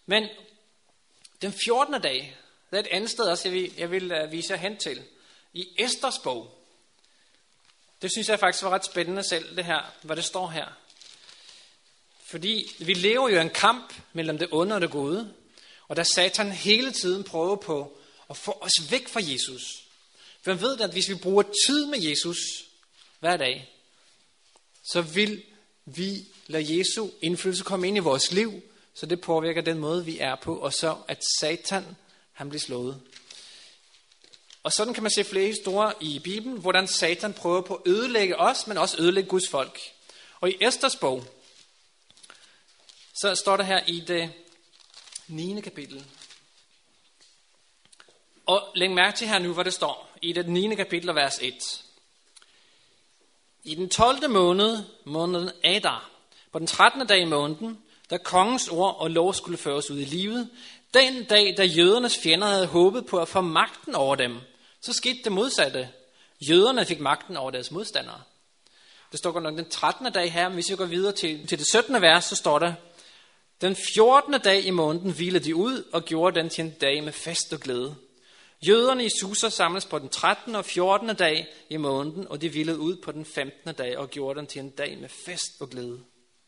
Men den 14. dag, der er et andet sted også, jeg vil vise jer hen til. I Esters bog. Det synes jeg faktisk var ret spændende selv, det her, hvad det står her. Fordi vi lever jo en kamp mellem det onde og det gode. Og der Satan hele tiden prøver på at få os væk fra Jesus. For man ved, at hvis vi bruger tid med Jesus hver dag, så vil vi lade Jesu indflydelse komme ind i vores liv, så det påvirker den måde, vi er på, og så at Satan, han bliver slået. Og sådan kan man se flere historier i Bibelen, hvordan Satan prøver på at ødelægge os, men også ødelægge Guds folk. Og i Esters bog, så står der her i det 9. kapitel. Og læg mærke til her nu, hvad det står i det 9. kapitel og vers 1. I den 12. måneden Adar, på den 13. dag i måneden, da kongens ord og lov skulle føres ud i livet, den dag, da jødernes fjender havde håbet på at få magten over dem, så skete det modsatte. Jøderne fik magten over deres modstandere. Det står godt nok den 13. dag her, men hvis vi går videre til det 17. vers, så står der, den 14. dag i måneden hvilede de ud og gjorde den til en dag med fest og glæde. Jøderne i Susa samles på den 13. og 14. dag i måneden, og de hvilede ud på den 15. dag og gjorde den til en dag med fest og glæde.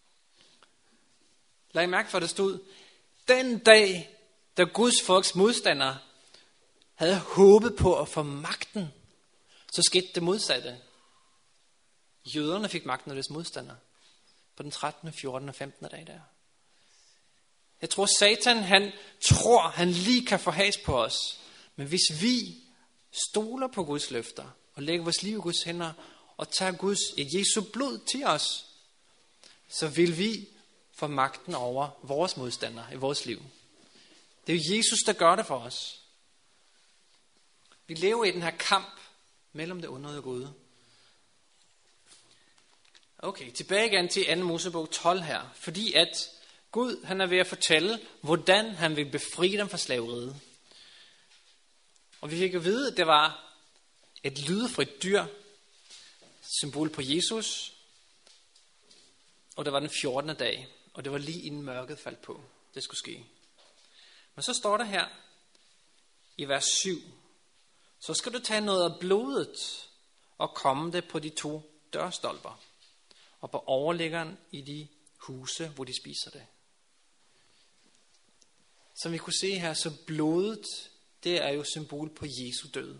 Lad I mærke for, det stod, den dag, da Guds folks modstandere havde håbet på at få magten, så skete det modsatte. Jøderne fik magten af deres modstandere på den 13., 14. og 15. dag der. Jeg tror, Satan, han tror, han lige kan få has på os. Men hvis vi stoler på Guds løfter, og lægger vores liv i Guds hænder, og tager Guds Jesu blod til os, så vil vi få magten over vores modstandere i vores liv. Det er jo Jesus, der gør det for os. Vi lever i den her kamp mellem det onde og det gode. Okay, tilbage igen til 2. Mosebog 12 her. Fordi at Gud, han er ved at fortælle, hvordan han vil befri dem fra slaveriet. Og vi fik at vide, at det var et lydefrit dyr, symbol på Jesus. Og det var den 14. dag, og det var lige inden mørket faldt på. Det skulle ske. Men så står der her i vers 7. Så skal du tage noget af blodet og komme det på de 2 dørstolper og på overliggeren i de huse, hvor de spiser det. Som vi kunne se her, så blodet, det er jo symbol på Jesu død.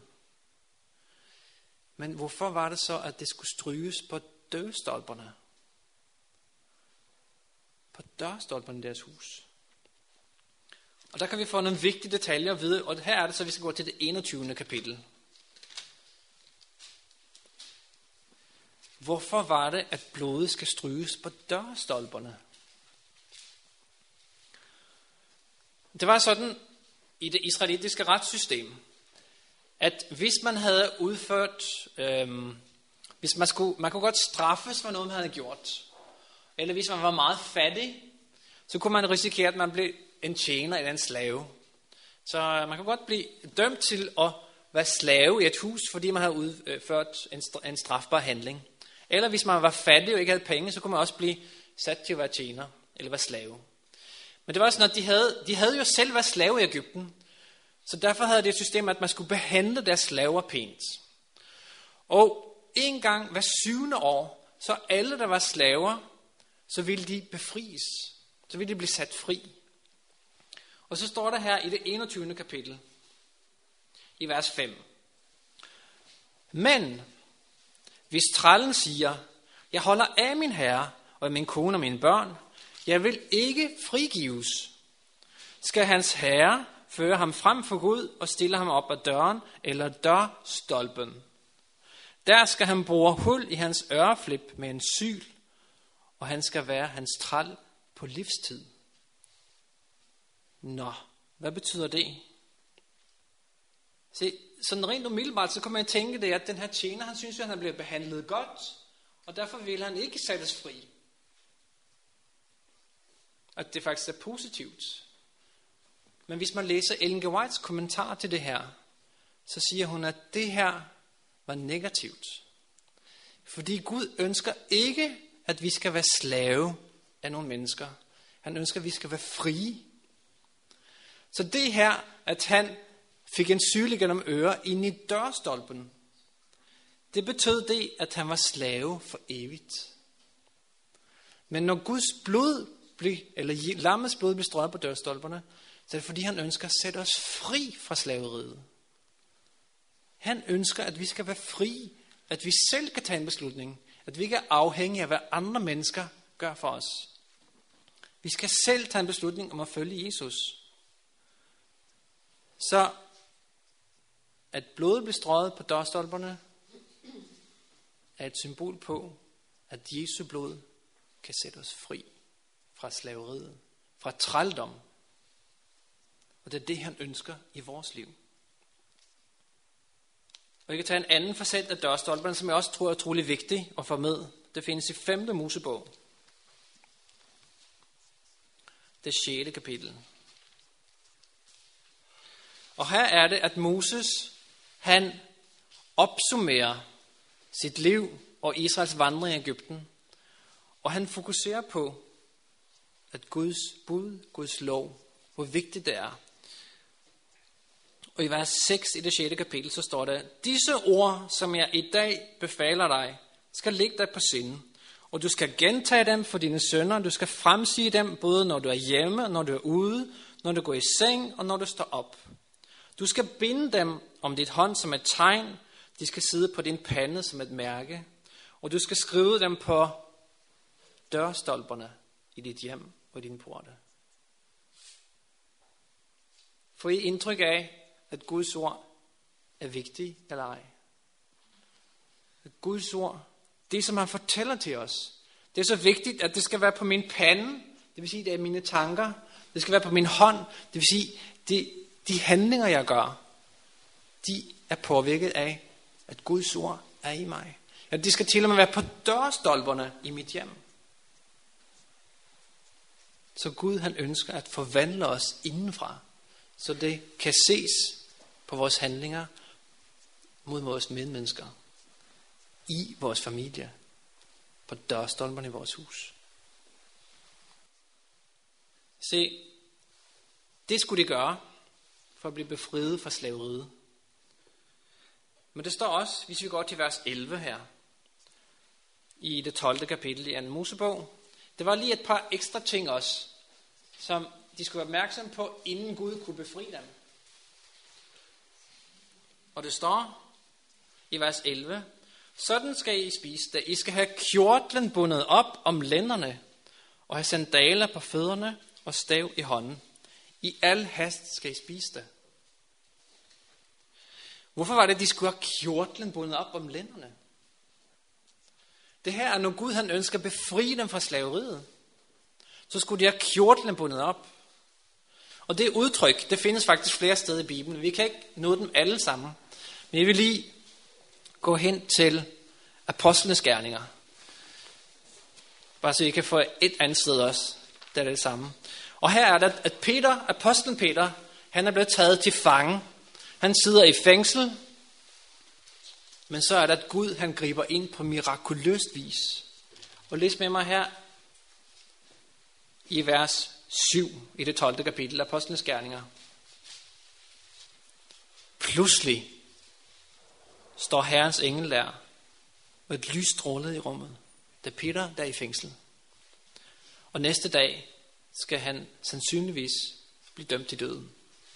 Men hvorfor var det så, at det skulle stryges på dørstolperne? På dørstolperne i deres hus. Og der kan vi få nogle vigtige detaljer at vide, og her er det så, vi skal gå til det 21. kapitel. Hvorfor var det, at blodet skal stryges på dørstolperne? Det var sådan i det israelitiske retssystem, at hvis man havde udført, hvis man kunne godt straffes for noget, man havde gjort, eller hvis man var meget fattig, så kunne man risikere, at man blev en tjener eller en slave. Så man kan godt blive dømt til at være slave i et hus, fordi man havde udført en strafbar handling. Eller hvis man var fattig og ikke havde penge, så kunne man også blive sat til at være tjener eller være slave. Men det var sådan, at de havde jo selv været slave i Egypten. Så derfor havde det et system, at man skulle behandle deres slaver pænt. Og en gang hver 7. år, så alle, der var slaver, så ville de befries. Så ville de blive sat fri. Og så står der her i det 21. kapitel, i vers 5. Men hvis trællen siger, jeg holder af min herre og af min kone og mine børn, jeg vil ikke frigives, skal hans herre føre ham frem for Gud og stille ham op ad døren eller dørstolpen. Der skal han bore hul i hans øreflip med en syl, og han skal være hans træl på livstid. Nå, hvad betyder det? Se, sådan rent umiddelbart, så kan man tænke det, at den her tjener, han synes jo, at han bliver behandlet godt, og derfor vil han ikke sættes fri. At det faktisk er positivt. Men hvis man læser Ellen G. Whites kommentar til det her, så siger hun, at det her var negativt. Fordi Gud ønsker ikke, at vi skal være slave af nogle mennesker. Han ønsker, at vi skal være frie. Så det her, at han fik en syle gennem ører ind i dørstolpen, det betød det, at han var slave for evigt. Men når Guds blod eller lammets blod blev strøget på dørstolperne, så er det fordi, han ønsker at sætte os fri fra slaveriet. Han ønsker, at vi skal være fri, at vi selv kan tage en beslutning, at vi ikke er afhængige af, hvad andre mennesker gør for os. Vi skal selv tage en beslutning om at følge Jesus. Så at blodet blev strøget på dørstolperne, er et symbol på, at Jesu blod kan sætte os fri fra slaveriet, fra trældom. Og det er det, han ønsker i vores liv. Og jeg kan tage en anden facet af dørstolperne, som jeg også tror er utrolig vigtig at få med. Det findes i 5. Mosebog. Det 6. kapitel. Og her er det, at Moses, han opsummerer sit liv og Israels vandring i Egypten. Og han fokuserer på, at Guds bud, Guds lov, hvor vigtigt det er. Og i vers 6 i det 6. kapitel, så står der, disse ord, som jeg i dag befaler dig, skal ligge dig på sinde. Og du skal gentage dem for dine sønner. Du skal fremsige dem, både når du er hjemme, når du er ude, når du går i seng og når du står op. Du skal binde dem om dit hånd som et tegn. De skal sidde på din pande som et mærke. Og du skal skrive dem på dørstolperne i dit hjem og i dine porte. Får I indtryk af, at Guds ord er vigtigt eller ej? At Guds ord, det som han fortæller til os, det er så vigtigt, at det skal være på min pande, det vil sige, det er mine tanker. Det skal være på min hånd, det vil sige, de handlinger, jeg gør, de er påvirket af, at Guds ord er i mig. Ja, de skal til og med være på dørstolperne i mit hjem. Så Gud, han ønsker at forvandle os indenfra, så det kan ses på vores handlinger mod vores medmennesker, i vores familie, på dørstolperne i vores hus. Se, det skulle de gøre for at blive befriet fra slaveriet. Men det står også, hvis vi går til vers 11 her, i det 12. kapitel i 2. Mosebog. Det var lige et par ekstra ting også, som de skulle være opmærksomme på, inden Gud kunne befri dem. Og det står i vers 11, sådan skal I spise det. I skal have kjortlen bundet op om lænderne, og have sandaler på fødderne og stav i hånden. I al hast skal I spise det. Hvorfor var det, at de skulle have kjortlen bundet op om lænderne? Det her er, når Gud han ønsker at befri dem fra slaveriet, så skulle de have kjortlen bundet op. Og det udtryk, det findes faktisk flere steder i Bibelen. Vi kan ikke nå dem alle sammen. Men jeg vil lige gå hen til apostlenes gerninger. Bare så I kan få et andet sted også. Det er det samme. Og her er det, at apostlen Peter, han er blevet taget til fange. Han sidder i fængsel. Men så er det, at Gud han griber ind på mirakuløst vis. Og læs med mig her i vers 7 i det 12. kapitel af Apostlenes gerninger. Pludselig står Herrens engel der, og et lys strålede i rummet, da Peter der i fængsel. Og næste dag skal han sandsynligvis blive dømt til døden.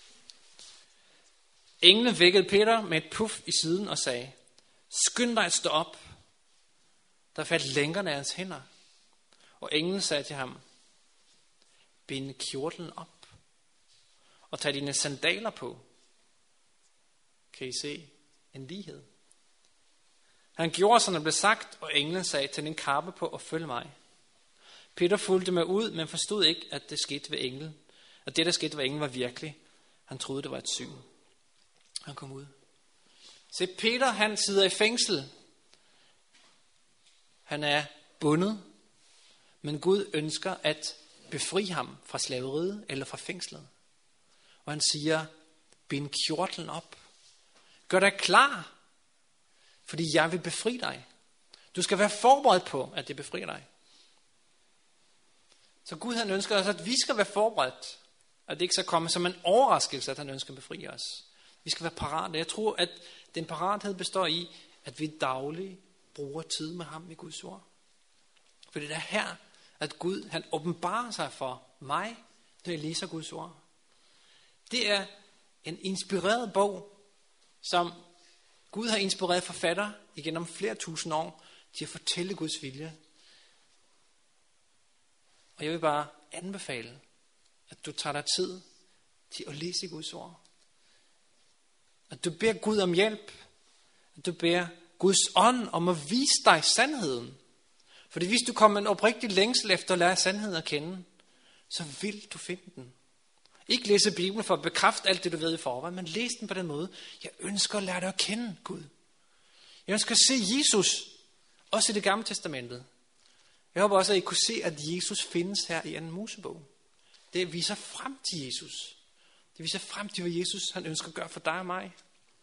Englen vækkede Peter med et puff i siden og sagde, skynd dig at stå op. Der faldt lænkerne af hans hænder. Og englen sagde til ham, bind kjortlen op og tag dine sandaler på. Kan I se en lighed? Han gjorde, som det blev sagt, og englen sagde, tag din kappe på og følg mig. Peter fulgte med ud, men forstod ikke, at det skete ved englen. At det, der skete ved englen, var virkelig. Han troede, det var et syn. Han kom ud. Se, Peter, han sidder i fængsel. Han er bundet, men Gud ønsker at befri ham fra slaveriet eller fra fængslet. Og han siger, bind kjortlen op. Gør dig klar, fordi jeg vil befri dig. Du skal være forberedt på, at det befrier dig. Så Gud han ønsker os, at vi skal være forberedt. at det ikke skal komme som en overraskelse, at han ønsker at befri os. Vi skal være parate. Jeg tror, at den parathed består i, at vi dagligt bruger tid med ham i Guds ord. For det er her, at Gud han åbenbarer sig for mig, når jeg læser Guds ord. Det er en inspireret bog, som Gud har inspireret forfatter igennem flere tusind år til at fortælle Guds vilje. Og jeg vil bare anbefale, at du tager dig tid til at læse Guds ord. At du beder Gud om hjælp. At du beder Guds ånd om at vise dig sandheden. Fordi hvis du kommer en oprigtig længsel efter at lære sandheden at kende, så vil du finde den. Ikke læse Bibelen for at bekræfte alt det, du ved i forvejen, men læs den på den måde. Jeg ønsker at lære dig at kende Gud. Jeg ønsker at se Jesus, også i det gamle testamentet. Jeg håber også, at I kunne se, at Jesus findes her i 2. Mosebog. Det viser frem til Jesus. Det viser frem til, hvad Jesus han ønsker at gøre for dig og mig.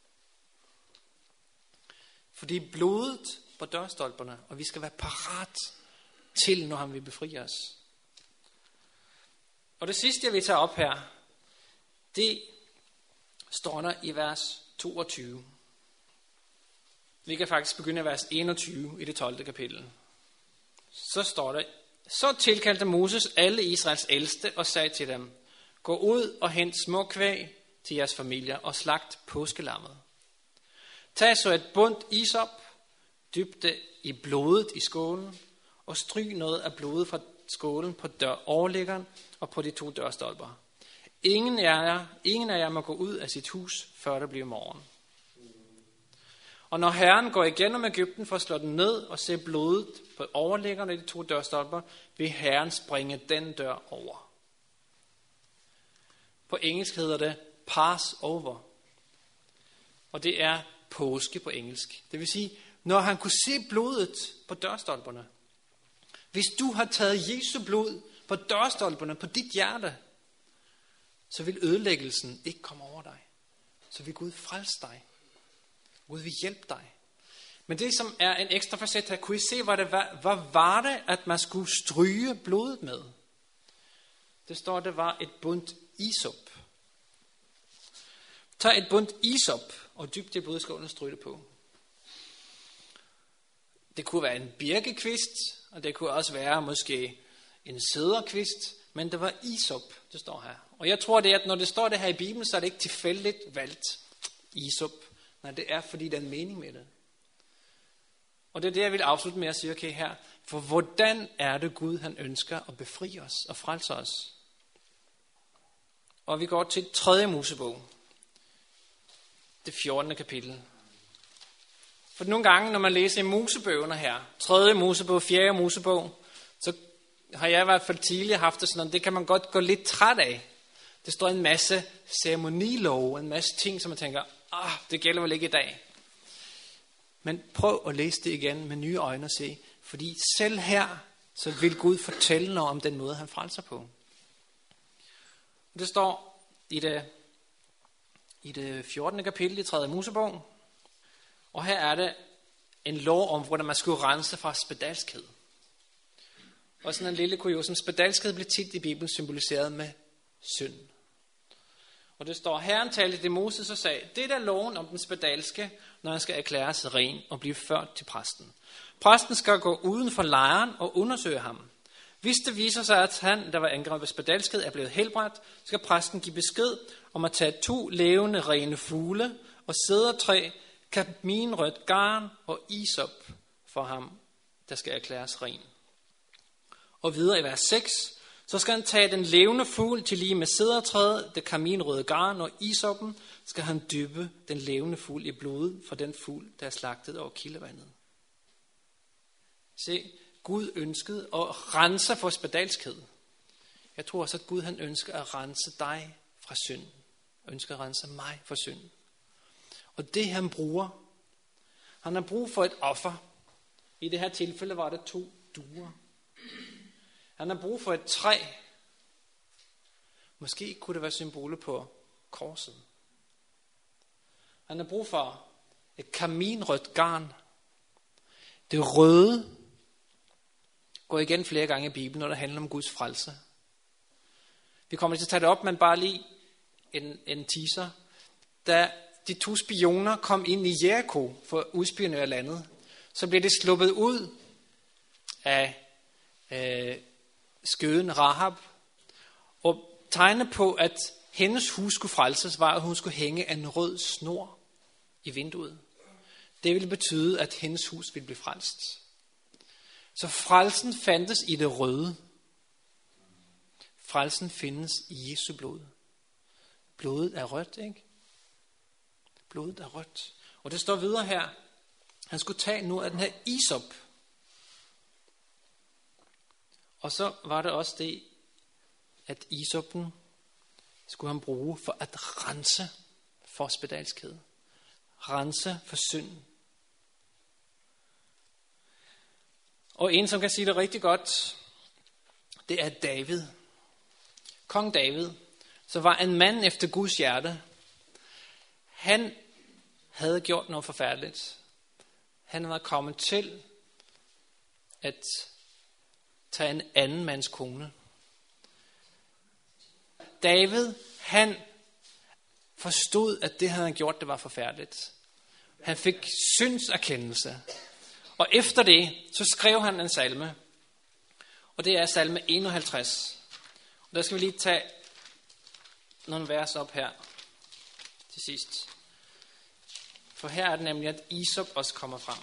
Fordi blodet på dørstolperne, og vi skal være parat til, når han vil befri os. Og det sidste, jeg vil tage op her, det står der i vers 22. Vi kan faktisk begynde i vers 21 i det 12. kapitel. Så står der, så tilkaldte Moses alle Israels ældste og sagde til dem, gå ud og hent små kvæg til jeres familier og slagt påskelammet. Tag så et bundt isop, dyp det i blodet i skålen og stryg noget af blodet fra skålen på overliggeren og på de 2 dørstolper. Ingen af jer må gå ud af sit hus, før det bliver morgen. Og når Herren går igennem Egypten for at slå den ned og se blodet på overliggeren af de 2 dørstolper, vil Herren springe den dør over. På engelsk hedder det Passover. Og det er påske på engelsk. Det vil sige, når han kunne se blodet på dørstolperne. Hvis du har taget Jesu blod på dørstolperne på dit hjerte, så vil ødelæggelsen ikke komme over dig. Så vil Gud frelse dig. Gud vil hjælpe dig. Men det, som er en ekstra facet her, kunne I se, hvad var det, at man skulle stryge blodet med? Det står, det var et bundt isop. Tag et bundt isop og dyb det i blodskålen og stryg det på. Det kunne være en birkekvist, og det kunne også være måske en cederkvist, men det var isop, det står her. Og jeg tror, det er, at når det står det her i Bibelen, så er det ikke tilfældigt valgt isop. Nej, det er, fordi der er en mening med det. Og det er det, jeg vil afslutte med at sige, okay her. For hvordan er det Gud, han ønsker at befri os og frelse os? Og vi går til 3. Mosebog. Det 14. kapitel. For nogle gange, når man læser i Mosebøgerne her, 3. Mosebog, 4. Mosebog, så har jeg i hvert fald tidligere haft det sådan, det kan man godt gå lidt træt af. Det står en masse ceremonilove, en masse ting, som man tænker, det gælder vel ikke i dag. Men prøv at læse det igen med nye øjne og se, fordi selv her, så vil Gud fortælle noget om den måde, han frelser på. Det står i det 14. kapitel i 3. Mosebog, og her er det en lov om, hvordan man skulle rense fra spedalskhed. Og sådan en lille kuriosum, spedalskhed blev tit i Bibelen symboliseret med synd. Og det står, Herren talte til Moses og sagde, det er loven om den spedalske, når han skal erklæres ren og blive ført til præsten. Præsten skal gå uden for lejren og undersøge ham. Hvis det viser sig, at han, der var angrebet af spedalskhed, er blevet helbredt, skal præsten give besked om at tage 2 levende rene fugle og cedertræ, kaminrødt garn og isop for ham, der skal erklæres ren. Og videre i vers 6, så skal han tage den levende fugl til lige med cedertræet, det kaminrøde garn og isoppen, skal han dyppe den levende fugl i blodet for den fugl, der er slagtet over kildevandet. Se, Gud ønskede at rense for spedalskhed. Jeg tror også, at Gud han ønsker at rense dig fra synd. Ønsker at rense mig fra synd. Og det han bruger, han har brug for et offer. I det her tilfælde var det 2 duer. Han har brug for et træ. Måske kunne det være symbolet på korset. Han har brug for et kaminrødt garn. Det røde går igen flere gange i Bibelen, når det handler om Guds frelse. Vi kommer til at tage det op, men bare lige en teaser. Da de 2 spioner kom ind i Jericho for at udspionere landet, så blev det sluppet ud af skøden Rahab. Og tegnet på, at hendes hus skulle frelses, var, at hun skulle hænge en rød snor i vinduet. Det ville betyde, at hendes hus ville blive frelst. Så frelsen fandtes i det røde. Frelsen findes i Jesu blod. Blodet er rødt, ikke? Blodet er rødt. Og det står videre her. Han skulle tage nu af den her isop. Og så var det også det, at isoppen skulle han bruge for at rense for spedalskhed. Rense for synd. Og en, som kan sige det rigtig godt, det er David. Kong David, så var en mand efter Guds hjerte. Han havde gjort noget forfærdeligt. Han var kommet til at tage en anden mands kone. David, han forstod, at det han havde gjort, det var forfærdeligt. Han fik syndserkendelse. Og efter det, så skrev han en salme. Og det er salme 51. Og der skal vi lige tage nogle vers op her til sidst. For her er det nemlig, at isop også kommer frem.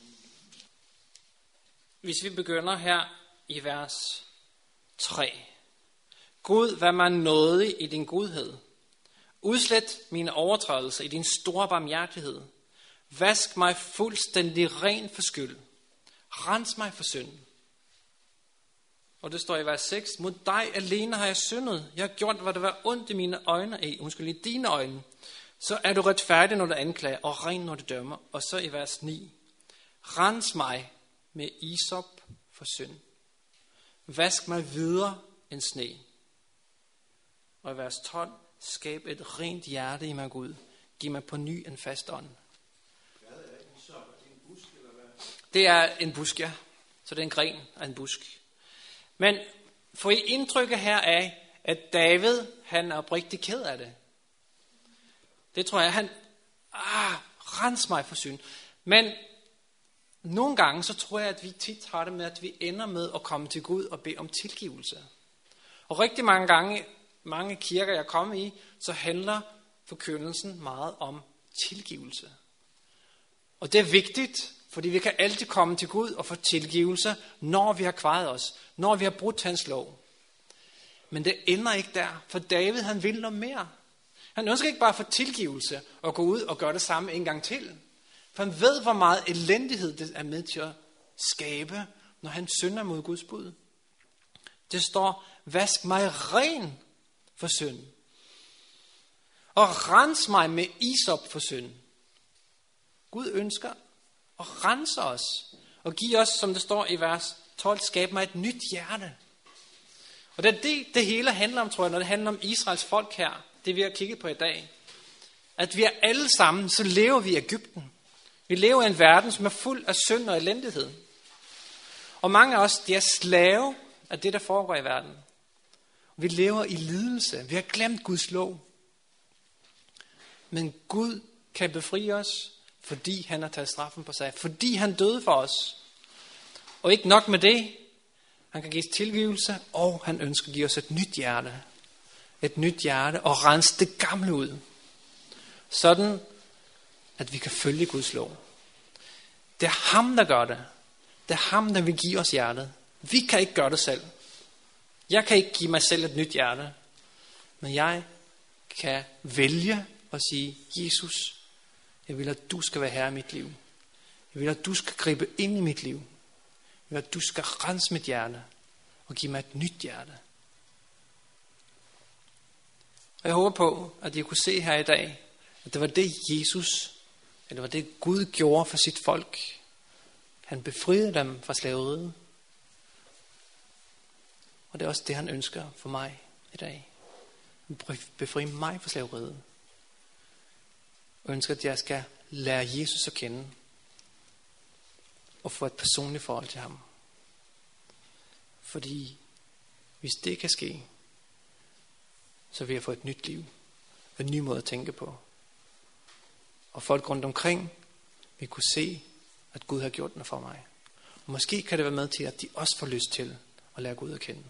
Hvis vi begynder her i vers 3. Gud, vær mig nådig i din godhed. Udslet mine overtrædelser i din store barmhjertighed. Vask mig fuldstændig ren for skyld. Rens mig for synd. Og det står i vers 6. Mod dig alene har jeg syndet. Jeg har gjort, hvad der var ondt i mine øjne. I dine øjne. Så er du retfærdig, når du anklager, og ren, når du dømmer. Og så i vers 9. Rens mig med isop for synd. Vask mig videre end sne. Og i vers 12. Skab et rent hjerte i mig, Gud. Giv mig på ny en fast ånd. Hvad er isop? Er det en busk, eller hvad? Det er en busk, ja. Så det er en gren af en busk. Men får I indtrykket her af, at David, han er oprigtig ked af det? Det tror jeg, han, rens mig for synd. Men nogle gange, så tror jeg, at vi tit har det med, at vi ender med at komme til Gud og bede om tilgivelse. Og rigtig mange gange, mange kirker, jeg kommer i, så handler forkyndelsen meget om tilgivelse. Og det er vigtigt, fordi vi kan altid komme til Gud og få tilgivelse, når vi har kvaret os, når vi har brudt hans lov. Men det ender ikke der, for David, han vil noget mere. Han ønsker ikke bare at få tilgivelse og gå ud og gøre det samme en gang til. For han ved, hvor meget elendighed det er med til at skabe, når han synder mod Guds bud. Det står, vask mig ren for synd. Og rens mig med isop for synd. Gud ønsker at rense os. Og give os, som det står i vers 12, skab mig et nyt hjerte. Og det er det hele handler om, tror jeg, når det handler om Israels folk her. Det vi har kigget på i dag. At vi er alle sammen, så lever vi i Egypten. Vi lever i en verden, som er fuld af synd og elendighed. Og mange af os, de er slave af det, der foregår i verden. Vi lever i lidelse. Vi har glemt Guds lov. Men Gud kan befri os, fordi han har taget straffen på sig. Fordi han døde for os. Og ikke nok med det. Han kan give os tilgivelse, og han ønsker at give os et nyt hjerte. Et nyt hjerte, og rense det gamle ud. Sådan, at vi kan følge Guds lov. Det er ham, der gør det. Det er ham, der vil give os hjertet. Vi kan ikke gøre det selv. Jeg kan ikke give mig selv et nyt hjerte. Men jeg kan vælge at sige, Jesus, jeg vil, at du skal være herre i mit liv. Jeg vil, at du skal gribe ind i mit liv. Jeg vil, at du skal rense mit hjerte og give mig et nyt hjerte. Og jeg håber på, at I kunne se her i dag, at det var det Jesus, eller det var det Gud gjorde for sit folk. Han befriede dem fra slaveriet. Og det er også det, han ønsker for mig i dag. Befri mig fra slaveriet. Og ønsker, at jeg skal lære Jesus at kende. Og få et personligt forhold til ham. Fordi hvis det kan ske, så vil jeg få et nyt liv. En ny måde at tænke på. Og folk rundt omkring vil kunne se, at Gud har gjort noget for mig. Og måske kan det være med til, at de også får lyst til at lære Gud at kende.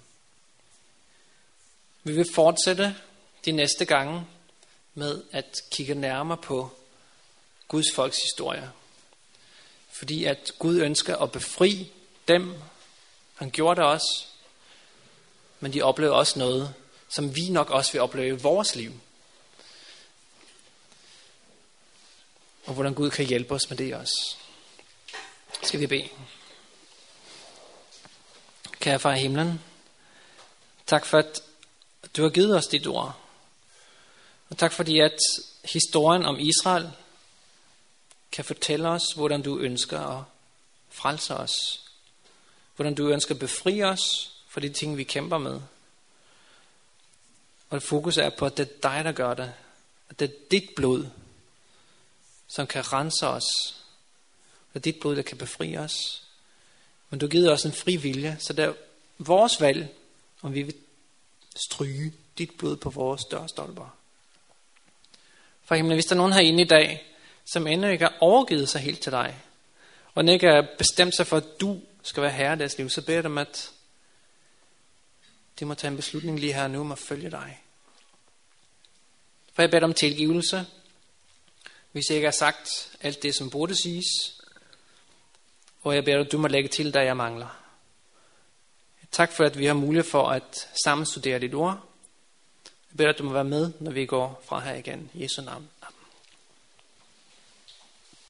Vi vil fortsætte de næste gange med at kigge nærmere på Guds folks historie. Fordi at Gud ønsker at befri dem. Han gjorde det også. Men de oplever også noget, som vi nok også vil opleve i vores liv. Og hvordan Gud kan hjælpe os med det også. Skal vi bede. Kære far i himlen, tak for at du har givet os dit ord. Og tak fordi at historien om Israel kan fortælle os, hvordan du ønsker at frelse os. Hvordan du ønsker at befri os for de ting, vi kæmper med. Og fokus er på, at det er dig, der gør det. At det er dit blod, som kan rense os. Det er dit blod, der kan befri os. Men du har givet os en fri vilje, så det er vores valg, om vi vil stryge dit blod på vores dørstolper. For himlen, hvis der er nogen herinde i dag, som endnu ikke har overgivet sig helt til dig, og ikke har bestemt sig for, at du skal være herre i deres liv, så beder jeg dem, at de må tage en beslutning lige her nu om at følge dig. For jeg beder om tilgivelse, hvis jeg ikke har sagt alt det, som burde siges, og jeg beder, at du må lægge til, der jeg mangler. Tak for, at vi har mulighed for at sammen studere dit ord. Jeg beder, at du må være med, når vi går fra her igen. I Jesu navn.